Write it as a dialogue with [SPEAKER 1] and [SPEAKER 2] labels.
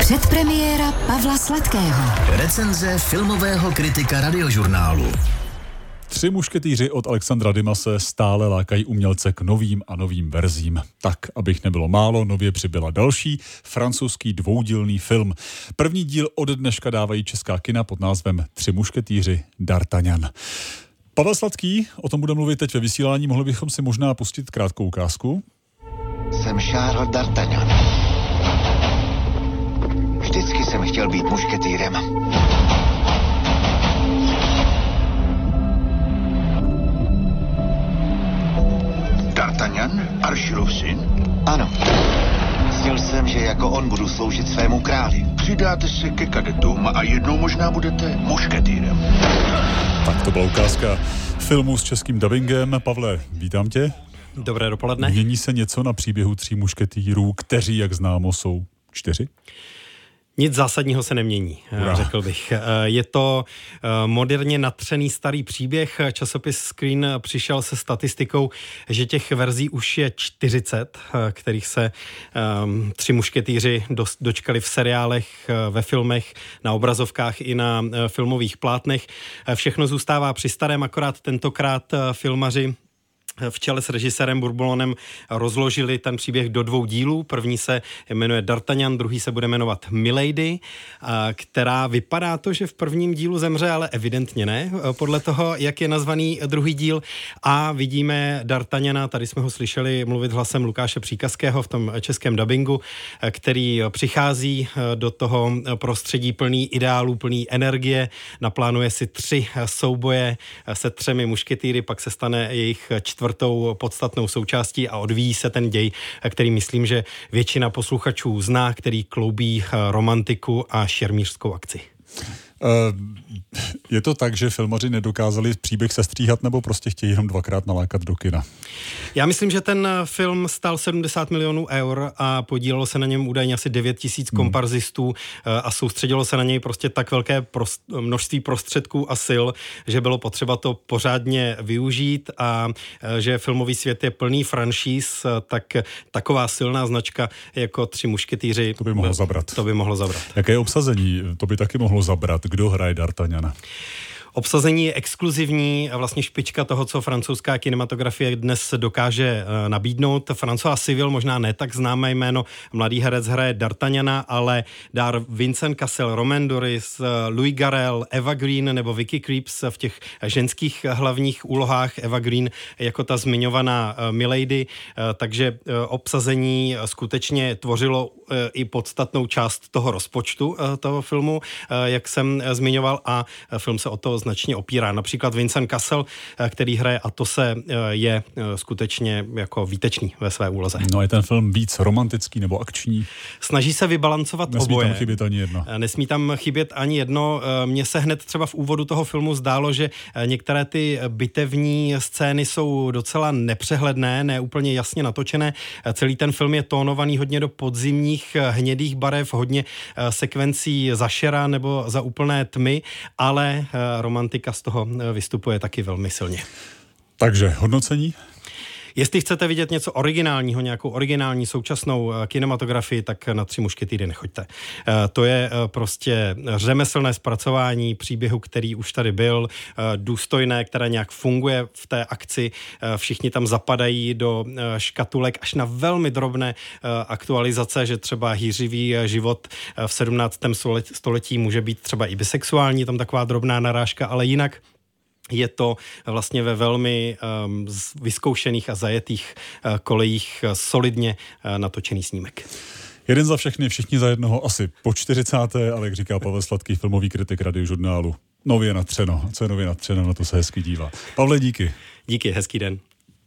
[SPEAKER 1] Předpremiéra Pavla Sladkého.
[SPEAKER 2] Recenze filmového kritika Radiožurnálu.
[SPEAKER 3] Tři mušketýři od Alexandra Dumase stále lákají umělce k novým a novým verzím. Tak, abych nebylo málo, nově přibyla další francouzský dvoudílný film. První díl od dneška dávají česká kina pod názvem Tři mušketýři D'Artagnan. Pavel Sladký, o tom bude mluvit teď ve vysílání, mohli bychom si možná pustit krátkou ukázku.
[SPEAKER 4] Jsem Charles D'Artagnan. Vždycky jsem chtěl být mušketýrem.
[SPEAKER 5] D'Artagnan? Archilův syn?
[SPEAKER 4] Ano. Myslel jsem, že jako on budu sloužit svému králi.
[SPEAKER 5] Přidáte se ke kadetům a jednou možná budete mušketýrem.
[SPEAKER 3] Tak to byla ukázka filmu s českým dabingem. Pavle, vítám tě.
[SPEAKER 6] Dobré dopoledne.
[SPEAKER 3] Mění se něco na příběhu tří mušketýrů, kteří, jak známo, jsou 4?
[SPEAKER 6] Nic zásadního se nemění, řekl bych. Je to moderně natřený starý příběh. Časopis Screen přišel se statistikou, že těch verzí už je 40, kterých se tři mušketýři dočkali v seriálech, ve filmech, na obrazovkách i na filmových plátnech. Všechno zůstává při starém, akorát tentokrát filmaři v čele s režisérem Bourboullonem rozložili ten příběh do 2 dílů. První se jmenuje D'Artagnan, druhý se bude jmenovat Milady, která vypadá to, že v prvním dílu zemře, ale evidentně ne, podle toho, jak je nazvaný druhý díl. A vidíme D'Artagnana, tady jsme ho slyšeli mluvit hlasem Lukáše Příkazského v tom českém dabingu, který přichází do toho prostředí plný ideálů, plný energie, naplánuje si 3 souboje se 3 mušketýry, pak se stane jejich 4. podstatnou součástí a odvíjí se ten děj, který myslím, že většina posluchačů zná, který kloubí romantiku a šermířskou akci.
[SPEAKER 3] Je to tak, že filmaři nedokázali příběh sestříhat, nebo prostě chtějí jenom 2krát nalákat do kina?
[SPEAKER 6] Já myslím, že ten film stál 70 milionů eur a podílelo se na něm údajně asi 9 000 komparzistů a soustředilo se na něj prostě tak velké množství prostředků a sil, že bylo potřeba to pořádně využít a že filmový svět je plný franšíz, tak taková silná značka jako Tři mušketýři
[SPEAKER 3] to by mohlo zabrat.
[SPEAKER 6] To by mohlo zabrat.
[SPEAKER 3] Jaké je obsazení? To by taky mohlo zabrat. Kdo hraje D'Artagnana?
[SPEAKER 6] Obsazení je exkluzivní a vlastně špička toho, co francouzská kinematografie dnes dokáže nabídnout. François Civil, možná ne tak známé jméno, mladý herec hraje D'Artagnana, ale dár Vincent Cassel, Romain Duris, Louis Garrel, Eva Green nebo Vicky Krieps v těch ženských hlavních úlohách, Eva Green jako ta zmiňovaná Milady, takže obsazení skutečně tvořilo i podstatnou část toho rozpočtu toho filmu, jak jsem zmiňoval, a film se o to značně opírá. Například Vincent Cassel, který hraje Atose, je skutečně jako výtečný ve své úloze.
[SPEAKER 3] No, je ten film víc romantický nebo akční?
[SPEAKER 6] Snaží se vybalancovat oboje.
[SPEAKER 3] Nesmí tam chybět ani jedno.
[SPEAKER 6] Nesmí tam chybět ani jedno. Mně se hned třeba v úvodu toho filmu zdálo, že některé ty bitevní scény jsou docela nepřehledné, ne úplně jasně natočené. Celý ten film je tónovaný hodně do podzimních hnědých barev, hodně sekvencí za šera nebo za úplné tmy, ale romantika z toho vystupuje taky velmi silně.
[SPEAKER 3] Takže hodnocení?
[SPEAKER 6] Jestli chcete vidět něco originálního, nějakou originální současnou kinematografii, tak na Tři mušketýry nechoďte. To je prostě řemeslné zpracování příběhu, který už tady byl, důstojné, které nějak funguje v té akci. Všichni tam zapadají do škatulek až na velmi drobné aktualizace, že třeba hýřivý život v 17. století může být třeba i bisexuální, tam taková drobná narážka, ale jinak je to vlastně ve velmi vyzkoušených a zajetých kolejích solidně natočený snímek.
[SPEAKER 3] Jeden za všechny, všichni za jednoho, asi po 40. ale jak říká Pavel Sladký, filmový kritik Radiožurnálu. Nově natřeno. Co je nově natřeno, na to se hezky dívá. Pavle, díky.
[SPEAKER 6] Díky, hezký den.